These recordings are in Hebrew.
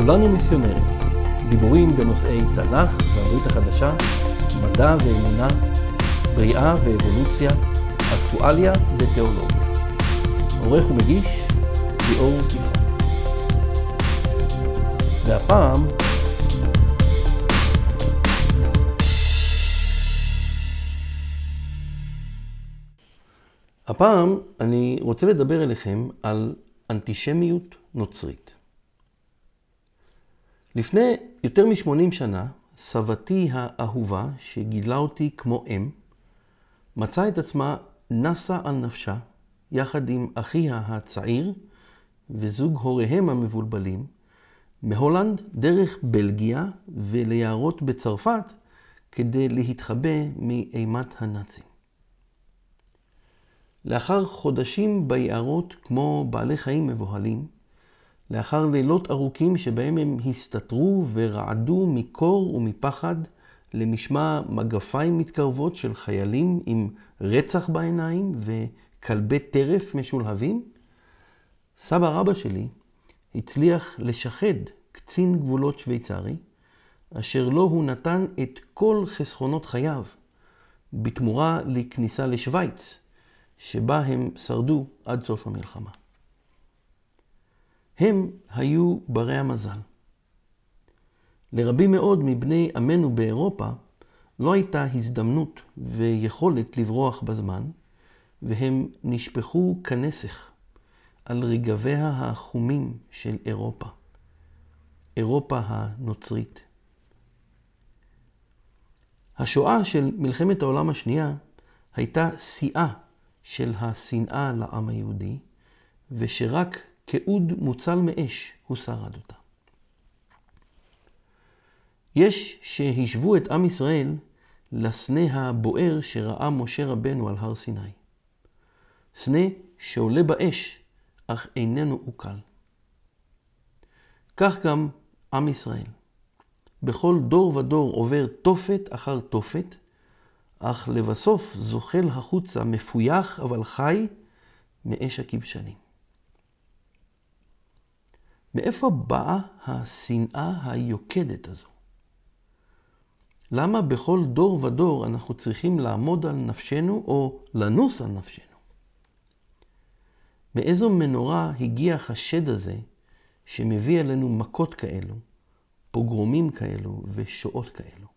כולנו מיסיונרים, דיבורים בנושאי תנ"ך והברית החדשה, מדע ואמונה, בריאה ואבולוציה, אקטואליה ותיאולוגיה. עורך ומגיש, ליאור יפרח. והפעם אני רוצה לדבר אליכם על אנטישמיות נוצרית. לפני יותר מ-80 שנה, סבתי האהובה שגידלה אותי כמו אם, מצאה את עצמה נסה על נפשה, יחד עם אחיה הצעיר וזוג הוריהם המבולבלים, מהולנד דרך בלגיה וליערות בצרפת כדי להתחבא מאימת הנאצים. לאחר חודשים ביערות כמו בעלי חיים מבוהלים, לאחר לילות ארוכים שבהם הם הסתתרו ורעדו מקור ומפחד למשמע מגפיים מתקרבות של חיילים עם רצח בעיניים וכלבי טרף משולהבים, סבא רבא שלי הצליח לשחד קצין גבולות שוויצרי, אשר לו הוא נתן את כל חסכונות חייו, בתמורה לכניסה לשוויץ, שבה הם שרדו עד סוף המלחמה. הם היו ברי המזל. לרבים מאוד מבני עמנו באירופה לא הייתה הזדמנות ויכולת לברוח בזמן, והם נשפכו כנסך על רגביה החומים של אירופה, אירופה הנוצרית. השואה של מלחמת העולם השנייה הייתה שיאה של השנאה לעם היהודי, ושרק כאוד מוצל מאש הוא שרד אותה. יש שהשוו את עם ישראל לסנה הבוער שראה משה רבנו על הר סיני. סנה שעולה באש, אך איננו עוקל. כך גם עם ישראל. בכל דור ודור עובר תופת אחר תופת, אך לבסוף זוחל החוצה מפויח אבל חי מאש הכבשנים. מאיפה באה השנאה היוקדת הזו? למה בכל דור ודור אנחנו צריכים לעמוד על נפשנו או לנוס על נפשנו? מאיזו מנורה הגיע השד הזה שמביא עלינו מכות כאלו, פוגרומים כאלו ושואות כאלו?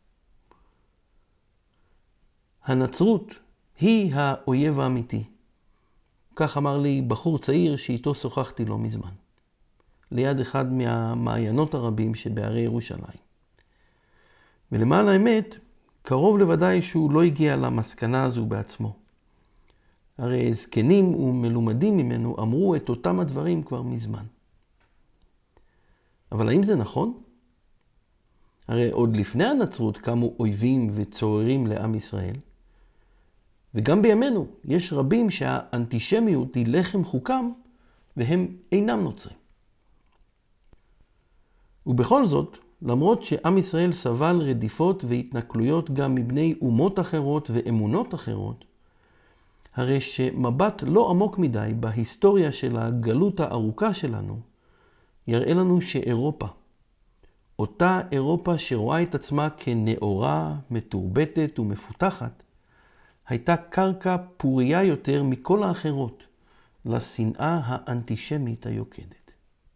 הנצרות היא האויב האמיתי. כך אמר לי בחור צעיר שאיתו שוחחתי לא מזמן, ליד אחד מהמעיינות הרבים שבערי ירושלים. ולמען האמת, קרוב לוודאי שהוא לא הגיע למסקנה הזו בעצמו. הרי זקנים ומלומדים ממנו אמרו את אותם הדברים כבר מזמן. אבל האם זה נכון? הרי עוד לפני הנצרות קמו אויבים וצוררים לעם ישראל, וגם בימינו יש רבים שהאנטישמיות היא לחם חוקם והם אינם נוצרים. ובכל זאת, למרות שעם ישראל סבל רדיפות והתנכלויות גם מבני אומות אחרות ואמונות אחרות, הרי שמבט לא עמוק מדי בהיסטוריה של הגלות הארוכה שלנו, יראה לנו שאירופה, אותה אירופה שרואה את עצמה כנאורה, מתורבתת ומפותחת, הייתה קרקע פוריה יותר מכל האחרות לשנאה האנטישמית היוקדת.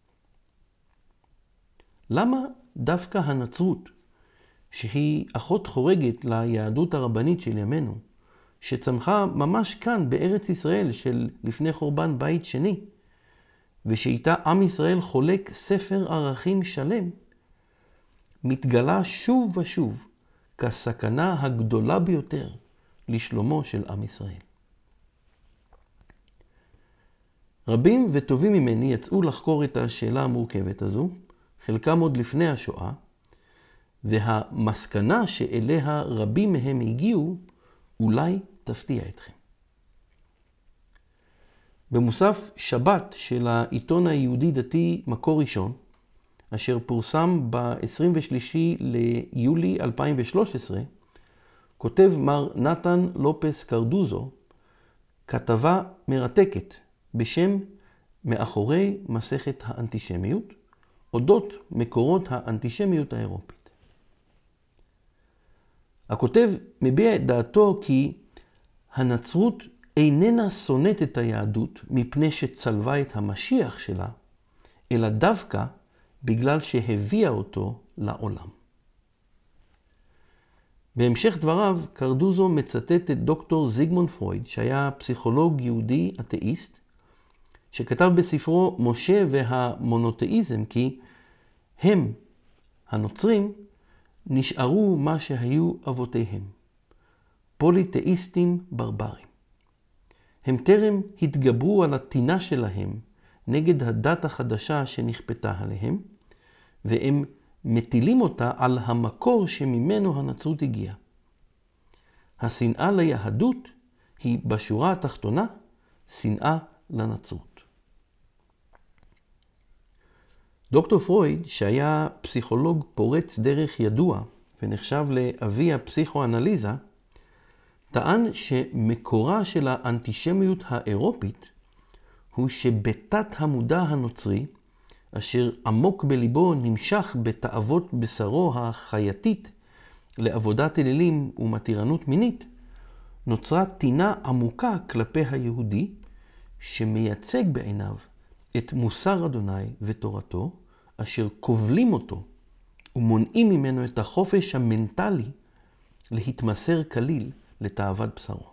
למה דווקא הנצרות, שהיא אחות חורגת ליהדות הרבנית של ימינו, שצמחה ממש כאן בארץ ישראל של לפני חורבן בית שני, ושאיתה עם ישראל חולק ספר ערכים שלם, מתגלה שוב ושוב כסכנה הגדולה ביותר לשלומו של עם ישראל. רבים וטובים ממני יצאו לחקור את השאלה המורכבת הזו, חלקם עוד לפני השואה, והמסקנה שאליה רבים מהם הגיעו אולי תפתיע אתכם. במוסף שבת של העיתון היהודי דתי מקור ראשון, אשר פורסם ב-23 ליולי 2013, כותב מר נתן לופס קרדוזו כתבה מרתקת בשם מאחורי מסכת האנטישמיות, אודות מקורות האנטישמיות האירופית. הכותב מביע את דעתו כי הנצרות איננה שונאת את היהדות מפני שצלבה את המשיח שלה, אלא דווקא בגלל שהביאה אותו לעולם. בהמשך דבריו, קרדוזו מצטט את דוקטור זיגמונד פרויד, שהיה פסיכולוג יהודי אתאיסט, שכתב בספרו משה והמונותאיזם כי הם, הנוצרים, נשארו מה שהיו אבותיהם, פוליתאיסטים ברברים. הם טרם התגברו על הטינה שלהם נגד הדת החדשה שנכפתה עליהם, והם מטילים אותה על המקור שממנו הנצרות הגיעה. השנאה ליהדות היא בשורה התחתונה שנאה לנצרות. דוקטור פרויד, שהיה פסיכולוג פורץ דרך ידוע ונחשב לאבי הפסיכואנליזה, טען שמקורה של האנטישמיות האירופית הוא שבתת המודע הנוצרי, אשר עמוק בליבו נמשך בתאוות בשרו החייתית לעבודת אלילים ומתירנות מינית, נוצרה טינה עמוקה כלפי היהודי, שמייצג בעיניו את מוסר אדוני ותורתו, אשר כובלים אותו ומונעים ממנו את החופש המנטלי להתמסר כליל לתאוות בשרו.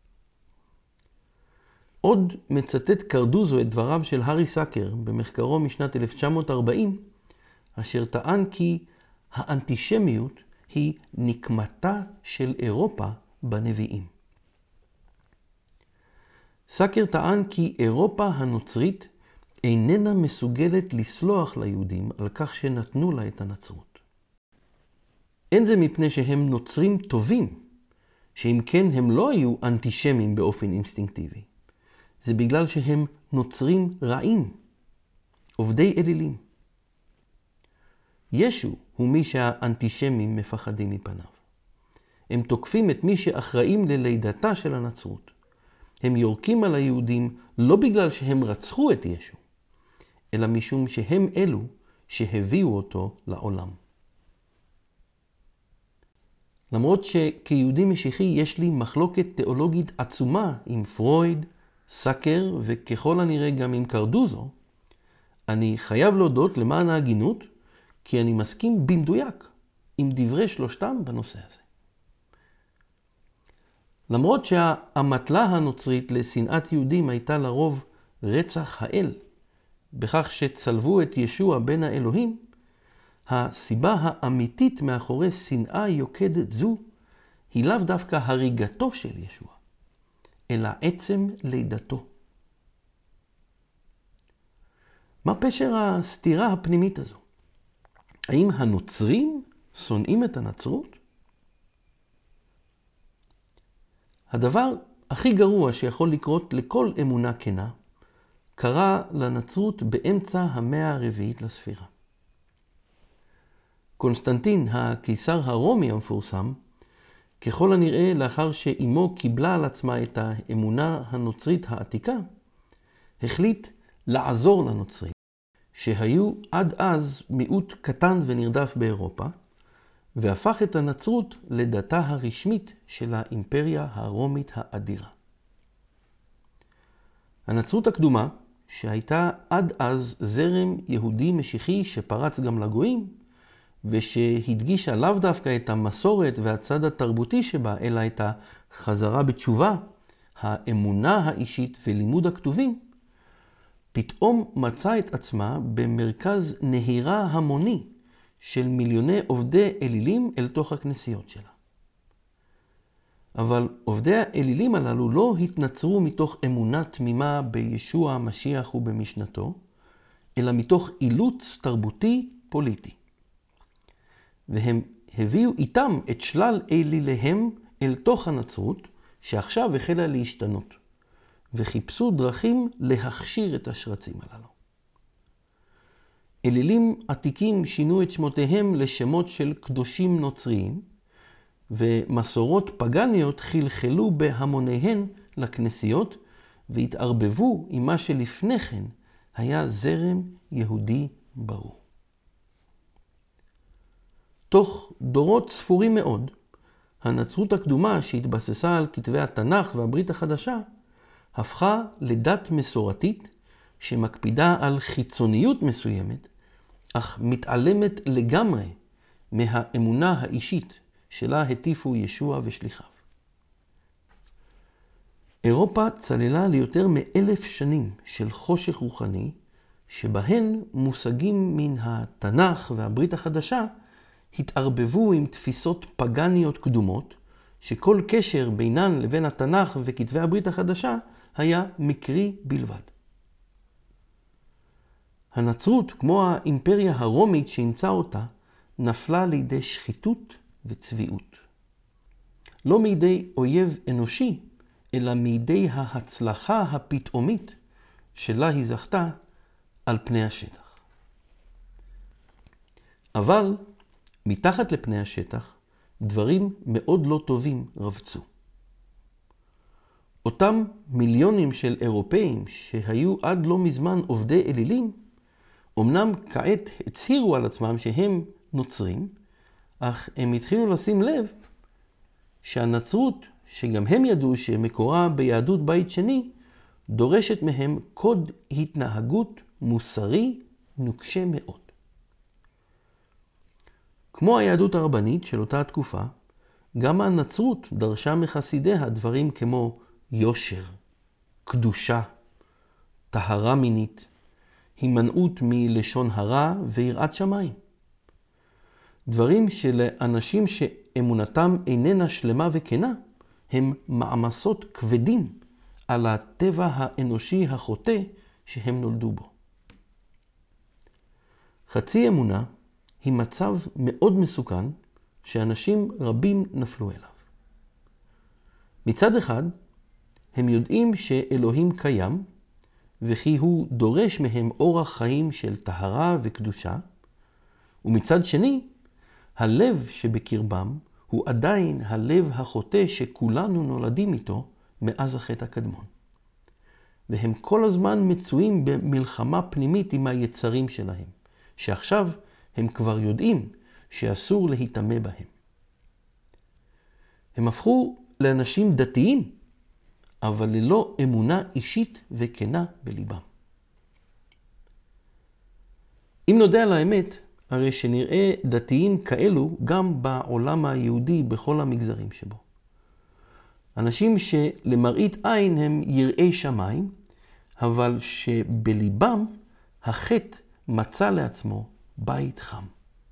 עוד מצטט קרדוזו את דבריו של הארי סאקר במחקרו משנת 1940, אשר טען כי האנטישמיות היא נקמתה של אירופה בנביאים. סאקר טען כי אירופה הנוצרית איננה מסוגלת לסלוח ליהודים על כך שנתנו לה את הנצרות. אין זה מפני שהם נוצרים טובים, שאם כן הם לא היו אנטישמים באופן אינסטינקטיבי. זה בגלל שהם נוצרים רעים, עובדי אלילים. ישו הוא מי שהאנטישמים מפחדים מפניו. הם תוקפים את מי שאחראים ללידתה של הנצרות. הם יורקים על היהודים לא בגלל שהם רצחו את ישו, אלא משום שהם אלו שהביאו אותו לעולם. למרות שכיהודי משיחי יש לי מחלוקת תיאולוגית עצומה עם פרויד, סאקר וככל הנראה גם עם קרדוזו, אני חייב להודות למען ההגינות, כי אני מסכים במדויק עם דברי שלושתם בנושא הזה. למרות שהמטלה הנוצרית לשנאת יהודים הייתה לרוב רצח האל, בכך שצלבו את ישוע בן האלוהים, הסיבה האמיתית מאחורי שנאה יוקדת זו היא לאו דווקא הריגתו של ישוע, אלא עצם לידתו. מה פשר הסתירה הפנימית הזו? האם הנוצרים שונאים את הנצרות? הדבר הכי גרוע שיכול לקרות לכל אמונה כנה, קרה לנצרות באמצע המאה הרביעית לספירה. קונסטנטין, הקיסר הרומי המפורסם, ככל הנראה לאחר שאימו קיבלה על עצמה את האמונה הנוצרית העתיקה, החליט לעזור לנוצרים, שהיו עד אז מיעוט קטן ונרדף באירופה, והפך את הנצרות לדתה הרשמית של האימפריה הרומית האדירה. הנצרות הקדומה, שהייתה עד אז זרם יהודי משיחי שפרץ גם לגויים, ושהדגישה לאו דווקא את המסורת והצד התרבותי שבה, אלא את החזרה בתשובה, האמונה האישית ולימוד הכתובים, פתאום מצאה את עצמה במרכז נהירה המוני של מיליוני עובדי אלילים אל תוך הכנסיות שלה. אבל עובדי האלילים הללו לא התנצרו מתוך אמונה תמימה בישוע המשיח ובמשנתו, אלא מתוך אילוץ תרבותי פוליטי. והם הביאו איתם את שלל אליליהם אל תוך הנצרות, שעכשיו החלה להשתנות, וחיפשו דרכים להכשיר את השרצים הללו. אלילים עתיקים שינו את שמותיהם לשמות של קדושים נוצריים, ומסורות פגניות חלחלו בהמוניהן לכנסיות, והתערבבו עם מה שלפני כן היה זרם יהודי ברור. תוך דורות ספורים מאוד, הנצרות הקדומה שהתבססה על כתבי התנ"ך והברית החדשה, הפכה לדת מסורתית שמקפידה על חיצוניות מסוימת, אך מתעלמת לגמרי מהאמונה האישית שלה הטיפו ישוע ושליחיו. אירופה צללה ליותר מ1000 שנים של חושך רוחני, שבהן מושגים מן התנ"ך והברית החדשה התערבבו עם תפיסות פגניות קדומות, שכל קשר בינן לבין התנ"ך וכתבי הברית החדשה היה מקרי בלבד. הנצרות, כמו האימפריה הרומית שאימצה אותה, נפלה לידי שחיתות וצביעות. לא מידי אויב אנושי, אלא מידי ההצלחה הפתאומית שלה היא זכתה על פני השטח. אבל מתחת לפני השטח, דברים מאוד לא טובים רבצו. אותם מיליונים של אירופאים שהיו עד לא מזמן עובדי אלילים, אמנם כעת הצהירו על עצמם שהם נוצרים, אך הם התחילו לשים לב שהנצרות, שגם הם ידעו שמקורה ביהדות בית שני, דורשת מהם קוד התנהגות מוסרי נוקשה מאוד. כמו היהדות הרבנית של אותה התקופה, גם הנצרות דרשה מחסידיה דברים כמו יושר, קדושה, טהרה מינית, הימנעות מלשון הרע ויראת שמיים. דברים שלאנשים שאמונתם איננה שלמה וכנה, הם מעמסות כבדים על הטבע האנושי החוטא שהם נולדו בו. חצי אמונה היא מצב מאוד מסוכן שאנשים רבים נפלו אליו. מצד אחד, הם יודעים שאלוהים קיים, וכי הוא דורש מהם אורח חיים של טהרה וקדושה, ומצד שני, הלב שבקרבם הוא עדיין הלב החוטא שכולנו נולדים איתו מאז החטא הקדמון. והם כל הזמן מצויים במלחמה פנימית עם היצרים שלהם, שעכשיו הם כבר יודעים שאסור להיטמא בהם. הם הפכו לאנשים דתיים, אבל ללא אמונה אישית וכנה בליבם. אם נודע על האמת, הרי שנראה דתיים כאלו גם בעולם היהודי בכל המגזרים שבו. אנשים שלמראית עין הם יראי שמיים, אבל שבליבם החטא מצא לעצמו בית חם.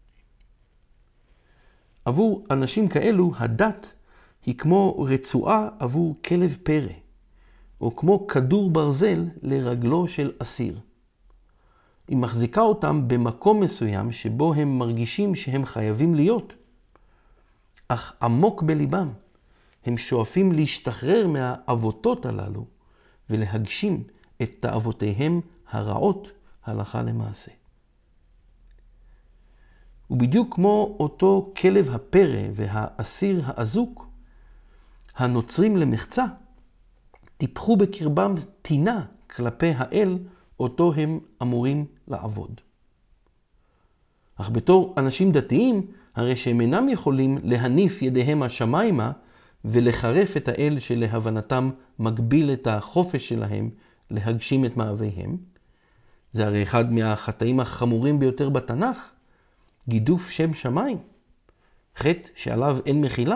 עבור אנשים כאלו הדת היא כמו רצועה עבור כלב פרא, או כמו כדור ברזל לרגלו של אסיר. היא מחזיקה אותם במקום מסוים שבו הם מרגישים שהם חייבים להיות. אך עמוק בליבם הם שואפים להשתחרר מהאבותות הללו ולהגשים את תאוותיהם הרעות הלכה למעשה. ובדיוק כמו אותו כלב הפרא והאסיר האזוק, הנוצרים למחצה טיפחו בקרבם טינה כלפי האל אותו הם אמורים לעבוד. אך בתור אנשים דתיים, הרי שהם אינם יכולים להניף ידיהם השמיימה ולחרף את האל שלהבנתם מגביל את החופש שלהם להגשים את מאוויהם. זה הרי אחד מהחטאים החמורים ביותר בתנ"ך, גידוף שם שמיים, חטא שעליו אין מחילה.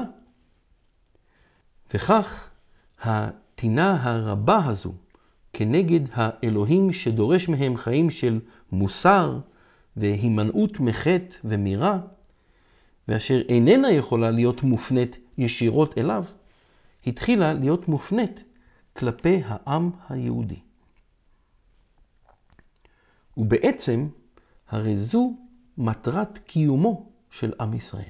וכך הטינה הרבה הזו כנגד האלוהים שדורש מהם חיים של מוסר והימנעות מחטא ומרע, ואשר איננה יכולה להיות מופנית ישירות אליו, התחילה להיות מופנית כלפי העם היהודי. ובעצם הרי זו מטרת קיומו של עם ישראל.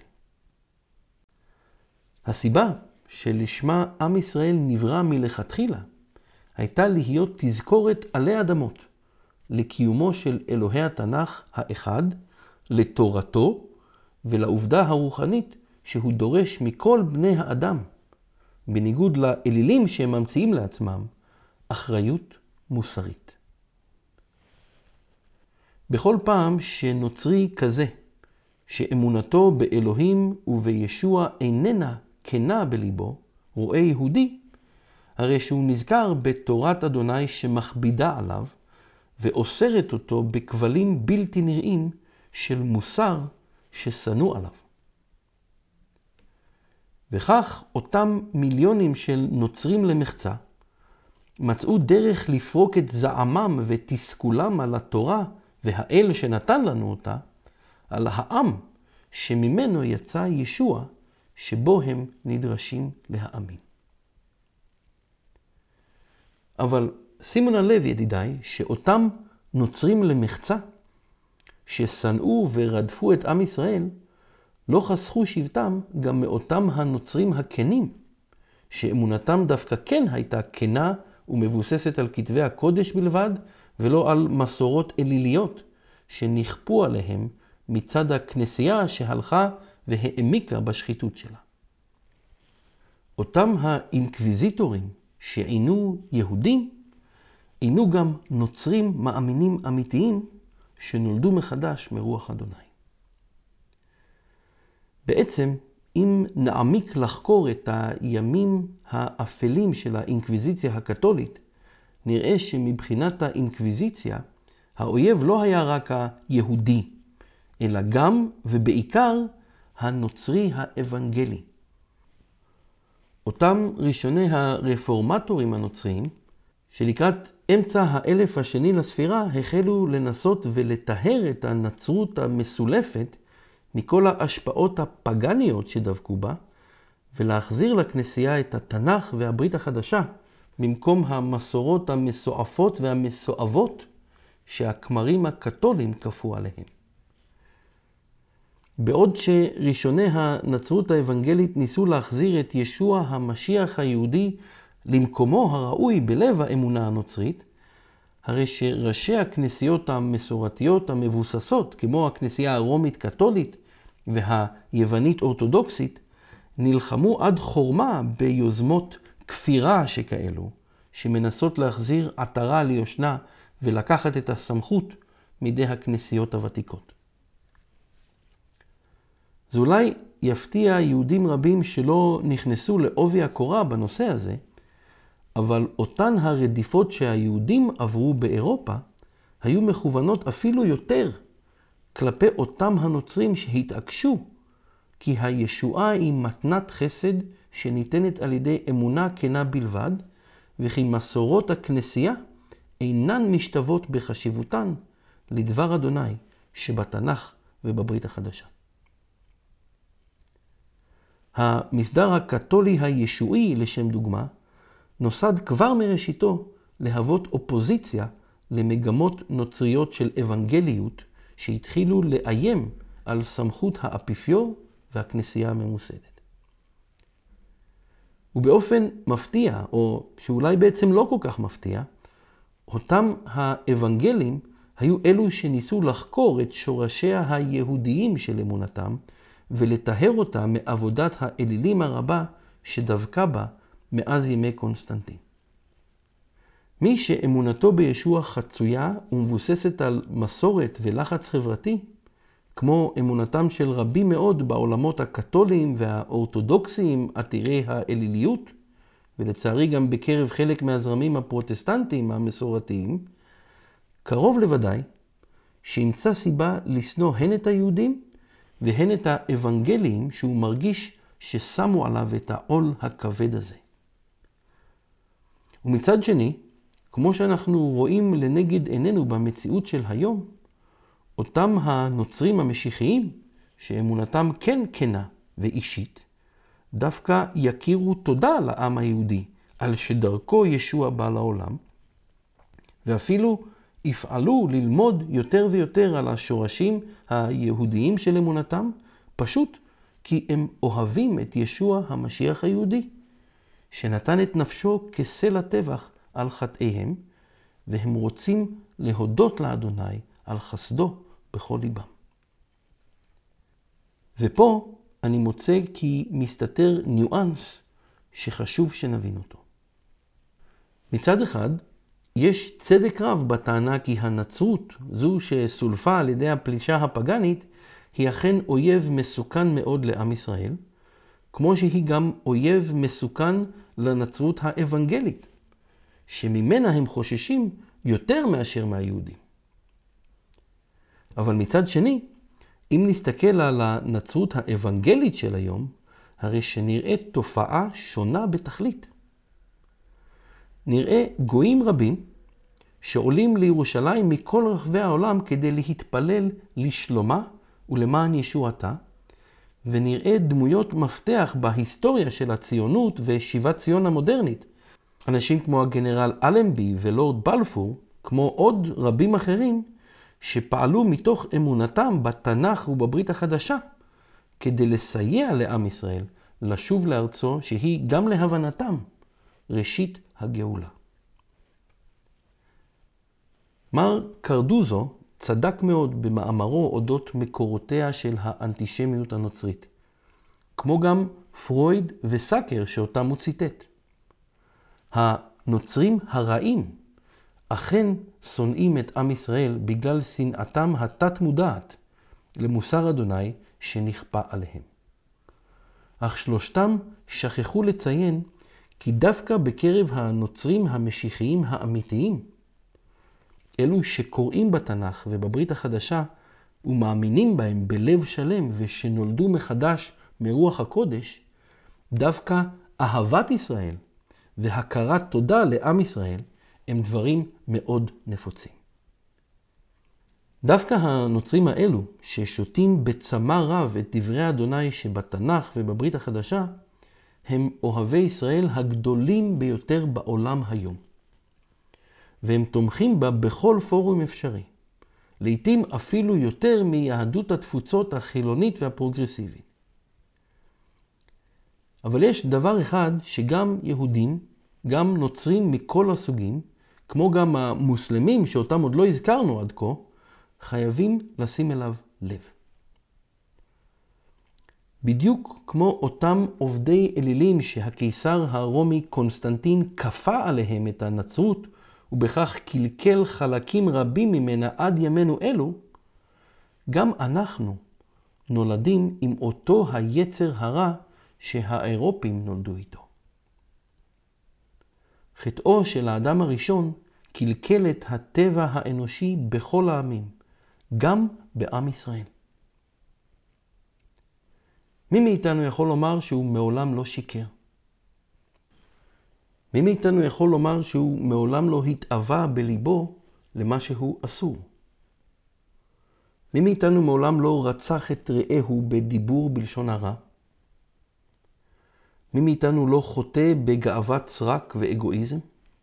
הסיבה שלשמה עם ישראל נברא מלכתחילה הייתה להיות תזכורת עלי אדמות לקיומו של אלוהי התנ"ך האחד, לתורתו ולעובדה הרוחנית שהוא דורש מכל בני האדם, בניגוד לאלילים שהם ממציאים לעצמם, אחריות מוסרית. בכל פעם שנוצרי כזה שאמונתו באלוהים ובישוע איננה כנה בליבו, רואה יהודי, הרי שהוא נזכר בתורת אדוני שמכבידה עליו, ואוסרת אותו בכבלים בלתי נראים של מוסר ששנוא עליו. וכך אותם מיליונים של נוצרים למחצה מצאו דרך לפרוק את זעמם ותסכולם על התורה והאל שנתן לנו אותה, על העם שממנו יצא ישוע שבו הם נדרשים להאמין. אבל שימו לב ידידיי שאותם נוצרים למחצה ששנאו ורדפו את עם ישראל לא חסכו שבטם גם מאותם הנוצרים הכנים, שאמונתם דווקא כן הייתה כנה ומבוססת על כתבי הקודש בלבד, ולא על מסורות אליליות שנכפו עליהם מצד הכנסייה שהלכה והעמיקה בשחיתות שלה. אותם האינקוויזיטורים שעינו יהודים, עינו גם נוצרים מאמינים אמיתיים שנולדו מחדש מרוח אדוני. בעצם, אם נעמיק לחקור את הימים האפלים של האינקוויזיציה הקתולית, נראה שמבחינת האינקוויזיציה, האויב לא היה רק היהודי, אלא גם ובעיקר הנוצרי האבנגלי. אותם ראשוני הרפורמטורים הנוצריים, שלקראת אמצע האלף השני לספירה, החלו לנסות ולטהר את הנצרות המסולפת מכל ההשפעות הפגניות שדבקו בה, ולהחזיר לכנסייה את התנ"ך והברית החדשה, במקום המסורות המסועפות והמסועבות שהכמרים הקתולים כפו עליהם. בעוד שראשוני הנצרות האבנגלית ניסו להחזיר את ישוע המשיח היהודי למקומו הראוי בלב האמונה הנוצרית, הרי שראשי הכנסיות המסורתיות המבוססות, כמו הכנסייה הרומית קתולית והיוונית אורתודוקסית, נלחמו עד חורמה ביוזמות כפירה שכאלו, שמנסות להחזיר עטרה ליושנה ולקחת את הסמכות מידי הכנסיות הוותיקות. זה אולי יפתיע יהודים רבים שלא נכנסו לעובי הקורה בנושא הזה, אבל אותן הרדיפות שהיהודים עברו באירופה היו מכוונות אפילו יותר כלפי אותם הנוצרים שהתעקשו, כי הישועה היא מתנת חסד שניתנת על ידי אמונה כנה בלבד, וכי מסורות הכנסייה אינן משתוות בחשיבותן לדבר אדוני שבתנ"ך ובברית החדשה. המסדר הקתולי הישועי, לשם דוגמה, נוסד כבר מראשיתו להוות אופוזיציה למגמות נוצריות של אבנגליות שהתחילו לאיים על סמכות האפיפיור והכנסייה הממוסדת. ובאופן מפתיע, או שאולי בעצם לא כל כך מפתיע, אותם האבנגלים היו אלו שניסו לחקור את שורשיה היהודיים של אמונתם ולטהר אותה מעבודת האלילים הרבה שדבקה בה מאז ימי קונסטנטין. מי שאמונתו בישוע חצויה ומבוססת על מסורת ולחץ חברתי, כמו אמונתם של רבים מאוד בעולמות הקתוליים והאורתודוקסיים עתירי האליליות, ולצערי גם בקרב חלק מהזרמים הפרוטסטנטיים המסורתיים, קרוב לוודאי שימצא סיבה לשנוא הן את היהודים והן את האבנגליים שהוא מרגיש ששמו עליו את העול הכבד הזה. ומצד שני, כמו שאנחנו רואים לנגד עינינו במציאות של היום, אותם הנוצרים המשיחיים, שאמונתם כן כנה ואישית, דווקא יכירו תודה לעם היהודי על שדרכו ישוע בא לעולם, ואפילו יפעלו ללמוד יותר ויותר על השורשים היהודיים של אמונתם, פשוט כי הם אוהבים את ישוע המשיח היהודי, שנתן את נפשו כסלע טבח על חטאיהם, והם רוצים להודות לאדוני על חסדו בכל ליבם. ופה אני מוצא כי מסתתר ניואנס שחשוב שנבין אותו. מצד אחד, יש צדק רב בטענה כי הנצרות, זו שסולפה על ידי הפלישה הפגנית, היא אכן אויב מסוכן מאוד לעם ישראל, כמו שהיא גם אויב מסוכן לנצרות האבנגלית, שממנה הם חוששים יותר מאשר מהיהודים. אבל מצד שני, אם נסתכל על הנצרות האבנגלית של היום, הרי שנראה תופעה שונה בתכלית. נראה גויים רבים שעולים לירושלים מכל רחבי העולם כדי להתפלל לשלומה ולמען ישועתה, ונראה דמויות מפתח בהיסטוריה של הציונות ושיבת ציון המודרנית. אנשים כמו הגנרל אלנבי ולורד בלפור, כמו עוד רבים אחרים, שפעלו מתוך אמונתם בתנ"ך ובברית החדשה, כדי לסייע לעם ישראל לשוב לארצו שהיא גם להבנתם ראשית הגאולה. מר קרדוזו צדק מאוד במאמרו אודות מקורותיה של האנטישמיות הנוצרית, כמו גם פרויד וסאקר שאותם הוא ציטט. הנוצרים הרעים אכן שונאים את עם ישראל בגלל שנאתם התת מודעת למוסר אדוני שנכפה עליהם. אך שלושתם שכחו לציין כי דווקא בקרב הנוצרים המשיחיים האמיתיים, אלו שקוראים בתנ"ך ובברית החדשה ומאמינים בהם בלב שלם ושנולדו מחדש מרוח הקודש, דווקא אהבת ישראל והכרת תודה לעם ישראל הם דברים מאוד נפוצים. דווקא הנוצרים האלו ששותים בצמא רב את דברי אדוני שבתנ"ך ובברית החדשה, הם אוהבי ישראל הגדולים ביותר בעולם היום. והם תומכים בה בכל פורום אפשרי. לעתים אפילו יותר מיהדות התפוצות החילונית והפרוגרסיבית. אבל יש דבר אחד שגם יהודים, גם נוצרים מכל הסוגים, כמו גם המוסלמים שאותם עוד לא הזכרנו עד כה, חייבים לשים אליו לב. בדיוק כמו אותם עובדי אלילים שהקיסר הרומי קונסטנטין כפה עליהם את הנצרות, ובכך קלקל חלקים רבים ממנה עד ימינו אלו, גם אנחנו נולדים עם אותו היצר הרע שהאירופים נולדו איתו. חטאו של האדם הראשון קלקל את הטבע האנושי בכל העמים, גם בעם ישראל. מי מאיתנו יכול לומר שהוא מעולם לא שיקר? מי מאיתנו יכול לומר שהוא מעולם לא התאווה בליבו למה שהוא אסור? מי מאיתנו מעולם לא רצח את רעהו בדיבור בלשון הרע? מי מאיתנו לא חוטא בגאוות סרק ואגואיזם?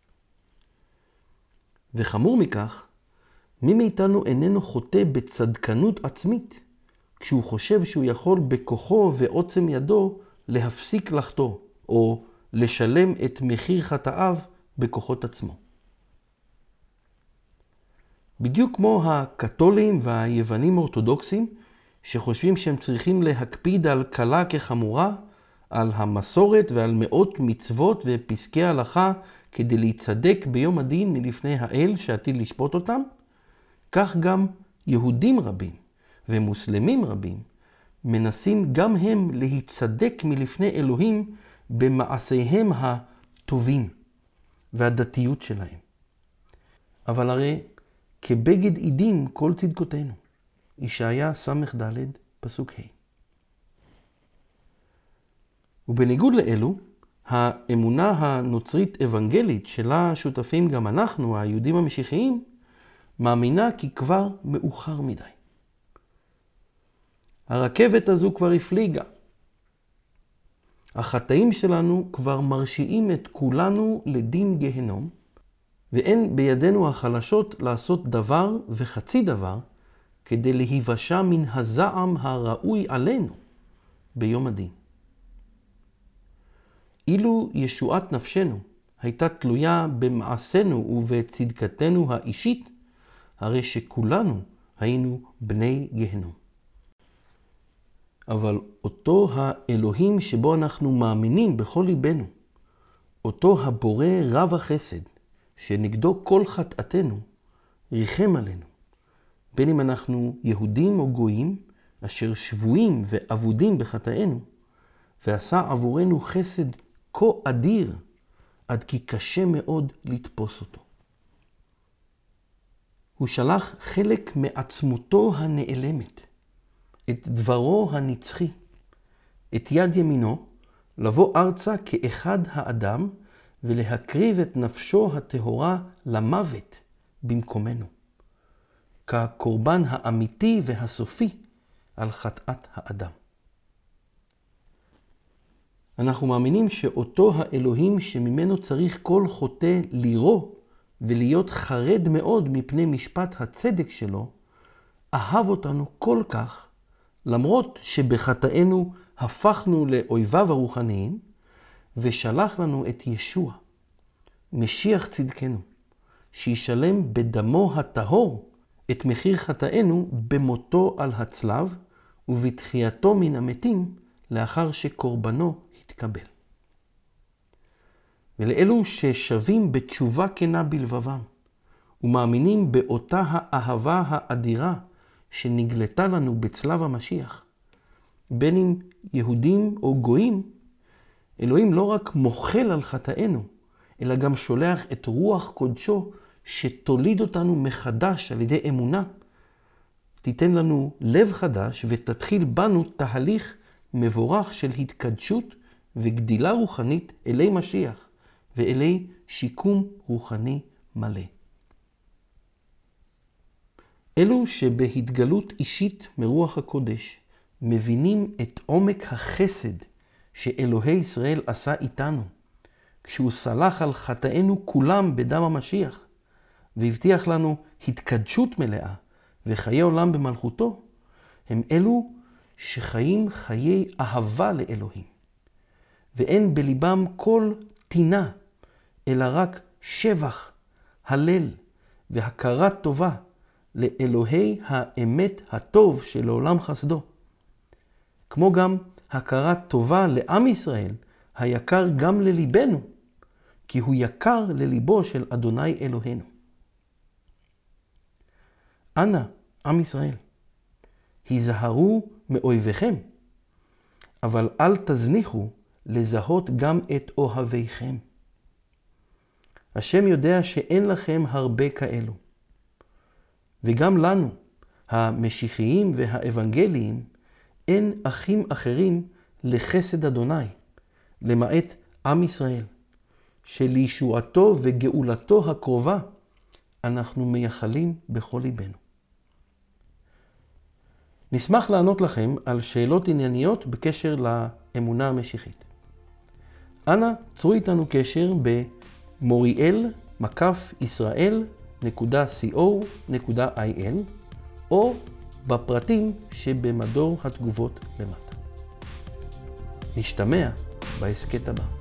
וחמור מכך, מי מאיתנו איננו חוטא בצדקנות עצמית, כשהוא חושב שהוא יכול בכוחו ועוצם ידו להפסיק לחטוא, או לשלם את מחיר חטאיו בכוחות עצמו. בדיוק כמו הקתולים והיוונים האורתודוקסים, שחושבים שהם צריכים להקפיד על קלה כחמורה, על המסורת ועל מאות מצוות ופסקי הלכה כדי להצדק ביום הדין מלפני האל שעתיד לשפוט אותם, כך גם יהודים רבים ומוסלמים רבים מנסים גם הם להצדק מלפני אלוהים במעשיהם הטובים והדתיות שלהם. אבל הרי כבגד עידים כל צדקותינו. ישעיה ס"ד פסוק ה'. ובניגוד לאלו, האמונה הנוצרית אבנגלית שלה שותפים גם אנחנו, היהודים המשיחיים, מאמינה כי כבר מאוחר מדי. הרכבת הזו כבר הפליגה. החטאים שלנו כבר מרשיעים את כולנו לדין גהנום, ואין בידינו החלשות לעשות דבר וחצי דבר כדי להיוושע מן הזעם הראוי עלינו ביום הדין. אילו ישועת נפשנו הייתה תלויה במעשינו ובצדקתנו האישית, הרי שכולנו היינו בני גהנום. אבל אותו האלוהים שבו אנחנו מאמינים בכל ליבנו, אותו הבורא רב החסד, שנגדו כל חטאתנו, ריחם עלינו, בין אם אנחנו יהודים או גויים, אשר שבויים ואבודים בחטאינו, ועשה עבורנו חסד כה אדיר, עד כי קשה מאוד לתפוס אותו. הוא שלח חלק מעצמותו הנעלמת, את דברו הנצחי, את יד ימינו, לבוא ארצה כאחד האדם, ולהקריב את נפשו הטהורה למוות במקומנו, כקורבן האמיתי והסופי על חטאת האדם. אנחנו מאמינים שאותו האלוהים שממנו צריך כל חוטא לירוא ולהיות חרד מאוד מפני משפט הצדק שלו, אהב אותנו כל כך, למרות שבחטאינו הפכנו לאויביו הרוחניים, ושלח לנו את ישוע, משיח צדקנו, שישלם בדמו הטהור את מחיר חטאינו במותו על הצלב ובתחייתו מן המתים לאחר שקורבנו התקבל. ולאלו ששבים בתשובה כנה בלבבם ומאמינים באותה האהבה האדירה שנגלתה לנו בצלב המשיח, בין אם יהודים או גויים, אלוהים לא רק מוחל על חטאינו, אלא גם שולח את רוח קודשו שתוליד אותנו מחדש על ידי אמונה, תיתן לנו לב חדש ותתחיל בנו תהליך מבורך של התקדשות וגדילה רוחנית אלי משיח ואלי שיקום רוחני מלא. אלו שבהתגלות אישית מרוח הקודש מבינים את עומק החסד שאלוהי ישראל עשה איתנו, כשהוא סלח על חטאינו כולם בדם המשיח, והבטיח לנו התקדשות מלאה וחיי עולם במלכותו, הם אלו שחיים חיי אהבה לאלוהים, ואין בליבם כל טינה, אלא רק שבח, הלל והכרת טובה לאלוהי האמת הטוב שלעולם חסדו. כמו גם הכרת טובה לעם ישראל, היקר גם לליבנו, כי הוא יקר לליבו של אדוני אלוהינו. אנא, עם ישראל, היזהרו מאויביכם, אבל אל תזניחו לזהות גם את אוהביכם. השם יודע שאין לכם הרבה כאלו. וגם לנו, המשיחיים והאבנגליים, אין אחים אחרים לחסד אדוני, למעט עם ישראל, שלישועתו וגאולתו הקרובה אנחנו מייחלים בכל ליבנו. נשמח לענות לכם על שאלות ענייניות בקשר לאמונה המשיחית. אנא צרו איתנו קשר במוריאל-ישראל.co.il או בפרטים שבמדור התגובות למטה. נשתמע בהסקט הבא.